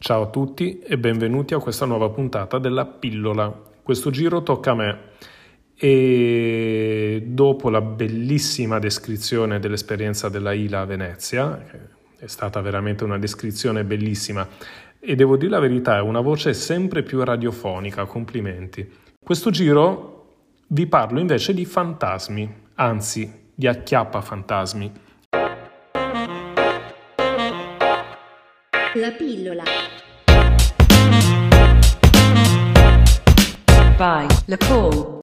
Ciao a tutti e benvenuti a questa nuova puntata della Pillola. Questo giro tocca a me e dopo la bellissima descrizione dell'esperienza della ILA a Venezia, che è stata veramente una descrizione bellissima e devo dire la verità, è una voce sempre più radiofonica, complimenti. Questo giro vi parlo invece di fantasmi, anzi di acchiappafantasmi. La pillola. By Le Paul.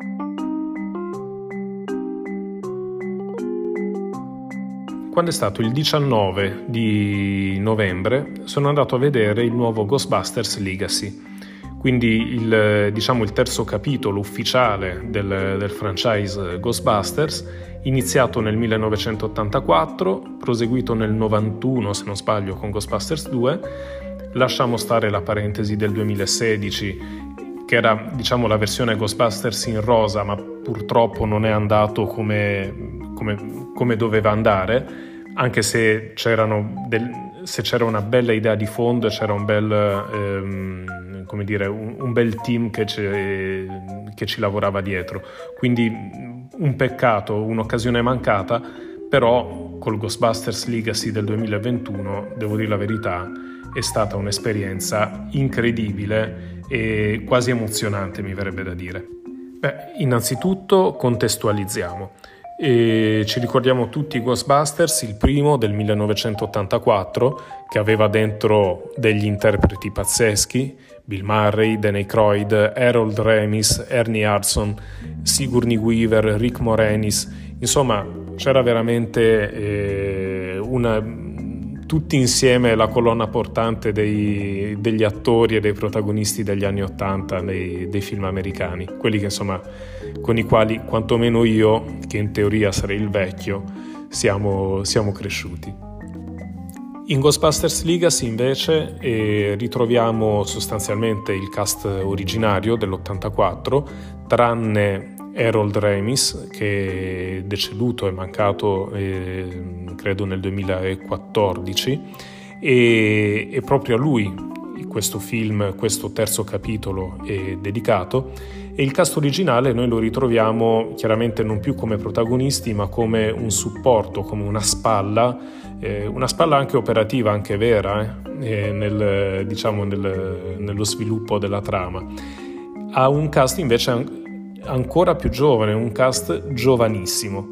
Quando è stato il 19 di novembre sono andato a vedere il nuovo Ghostbusters Legacy, quindi il terzo capitolo ufficiale del franchise Ghostbusters, iniziato nel 1984, proseguito nel 91 se non sbaglio con Ghostbusters 2, lasciamo stare la parentesi del 2016 che era la versione Ghostbusters in rosa, ma purtroppo non è andato come doveva andare, anche se c'era una bella idea di fondo e c'era un bel team che ci lavorava dietro. Quindi un peccato, un'occasione mancata, però col Ghostbusters Legacy del 2021, devo dire la verità, è stata un'esperienza incredibile e quasi emozionante, mi verrebbe da dire. Innanzitutto contestualizziamo. E ci ricordiamo tutti Ghostbusters, il primo del 1984, che aveva dentro degli interpreti pazzeschi: Bill Murray, Dan Aykroyd, Harold Ramis, Ernie Hudson, Sigourney Weaver, Rick Moranis. Insomma, c'era veramente tutti insieme la colonna portante degli attori e dei protagonisti degli anni '80 dei film americani, quelli che con i quali quantomeno io, che in teoria sarei il vecchio, siamo cresciuti. In Ghostbusters Legacy invece ritroviamo sostanzialmente il cast originario dell'84, tranne Harold Ramis, che è deceduto, è mancato credo nel 2014, e proprio a lui questo terzo capitolo è dedicato. E il cast originale noi lo ritroviamo chiaramente non più come protagonisti, ma come un supporto, come una spalla anche operativa, anche vera, nello sviluppo della trama. Ha un cast invece ancora più giovane, un cast giovanissimo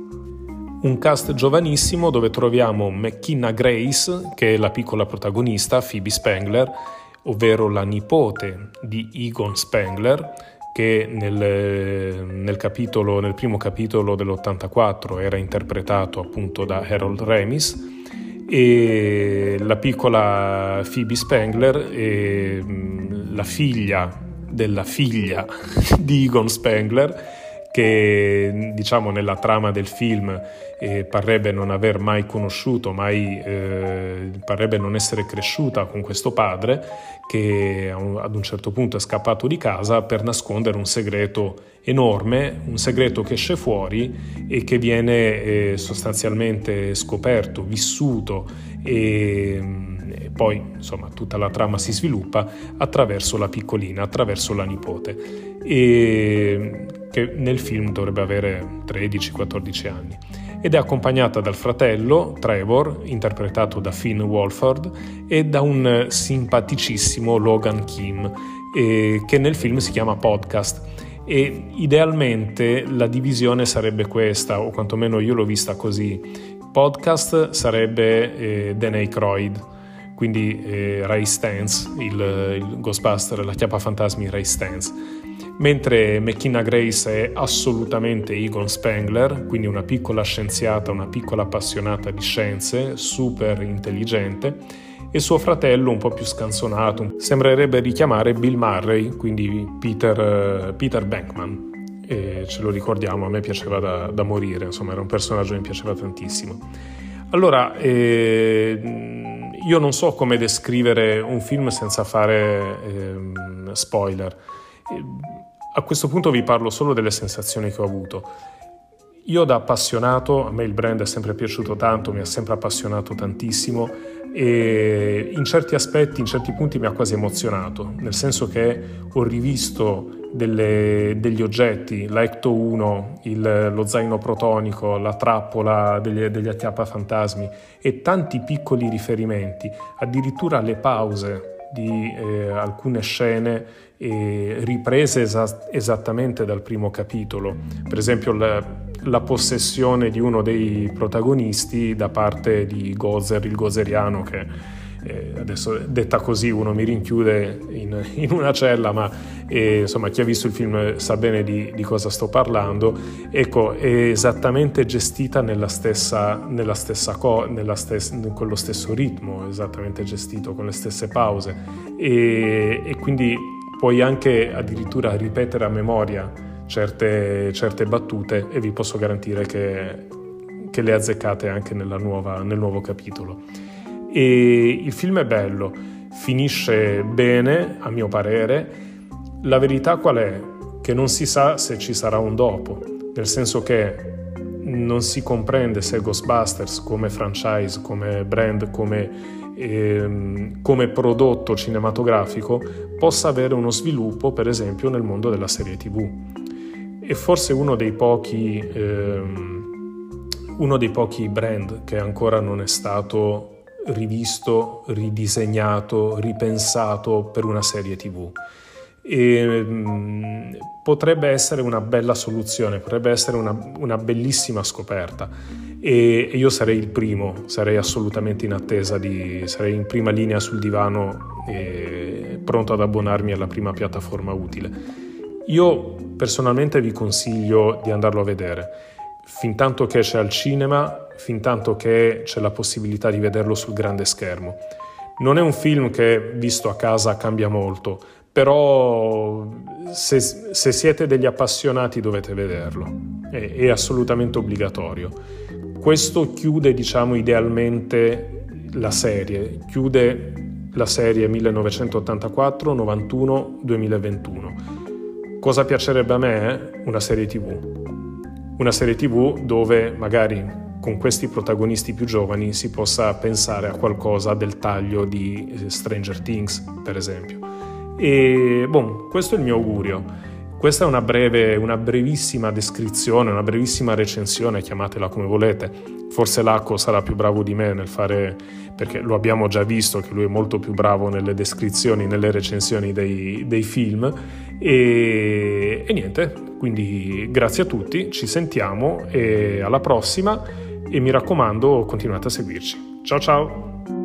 dove troviamo McKenna Grace, che è la piccola protagonista, Phoebe Spengler, ovvero la nipote di Egon Spengler, che nel primo capitolo dell'84 era interpretato appunto da Harold Ramis, e la piccola Phoebe Spengler è la figlia della figlia di Egon Spengler, che nella trama del film parrebbe non aver mai conosciuto, parrebbe non essere cresciuta con questo padre, che ad un certo punto è scappato di casa per nascondere un segreto enorme, un segreto che esce fuori e che viene sostanzialmente scoperto, vissuto, e poi tutta la trama si sviluppa attraverso la piccolina, attraverso la nipote, e che nel film dovrebbe avere 13-14 anni, ed è accompagnata dal fratello Trevor, interpretato da Finn Wolfhard, e da un simpaticissimo Logan Kim, che nel film si chiama Podcast. E idealmente la divisione sarebbe questa, o quantomeno io l'ho vista così: Podcast sarebbe Dan Aykroyd, quindi Ray Stantz, il Ghostbuster, la chiappafantasmi Ray Stantz, mentre McKenna Grace è assolutamente Egon Spengler, quindi una piccola scienziata, una piccola appassionata di scienze, super intelligente, e suo fratello un po' più scanzonato, sembrerebbe richiamare Bill Murray, quindi Peter Venkman, e ce lo ricordiamo, a me piaceva da morire, era un personaggio che mi piaceva tantissimo. Allora, io non so come descrivere un film senza fare spoiler. A questo punto vi parlo solo delle sensazioni che ho avuto. Io da appassionato, a me il brand è sempre piaciuto tanto, mi ha sempre appassionato tantissimo e in certi aspetti, in certi punti mi ha quasi emozionato, nel senso che ho rivisto degli oggetti, la Ecto 1, lo zaino protonico, la trappola degli acchiappafantasmi e tanti piccoli riferimenti, addirittura le pause di alcune scene riprese esattamente dal primo capitolo. Per esempio la possessione di uno dei protagonisti da parte di Gozer, il gozeriano, che adesso detta così uno mi rinchiude in una cella, ma insomma chi ha visto il film sa bene di cosa sto parlando. Ecco, è esattamente gestita con lo stesso ritmo, esattamente gestito con le stesse pause e quindi puoi anche addirittura ripetere a memoria certe battute e vi posso garantire che le azzeccate anche nel nuovo capitolo. E il film è bello, finisce bene a mio parere. La verità qual è? Che non si sa se ci sarà un dopo, nel senso che non si comprende se Ghostbusters come franchise, come brand, come prodotto cinematografico possa avere uno sviluppo, per esempio nel mondo della serie TV. E forse uno dei pochi brand che ancora non è stato rivisto, ridisegnato, ripensato per una serie TV. E potrebbe essere una bella soluzione, potrebbe essere una bellissima scoperta e io sarei il primo, sarei assolutamente in attesa, sarei in prima linea sul divano e pronto ad abbonarmi alla prima piattaforma utile. Io personalmente vi consiglio di andarlo a vedere, fintanto che c'è al cinema, fintanto che c'è la possibilità di vederlo sul grande schermo. Non è un film che visto a casa cambia molto, però se siete degli appassionati dovete vederlo, è assolutamente obbligatorio. Questo chiude, diciamo, idealmente la serie, chiude la serie 1984, 91, 2021. Cosa piacerebbe a me? Una serie TV dove magari con questi protagonisti più giovani si possa pensare a qualcosa del taglio di Stranger Things, per esempio. E questo è il mio augurio. Questa è una brevissima descrizione, una brevissima recensione, chiamatela come volete. Forse Lacco sarà più bravo di me nel fare, perché lo abbiamo già visto che lui è molto più bravo nelle descrizioni, nelle recensioni dei film. E niente, quindi grazie a tutti, ci sentiamo e alla prossima e mi raccomando continuate a seguirci. Ciao ciao!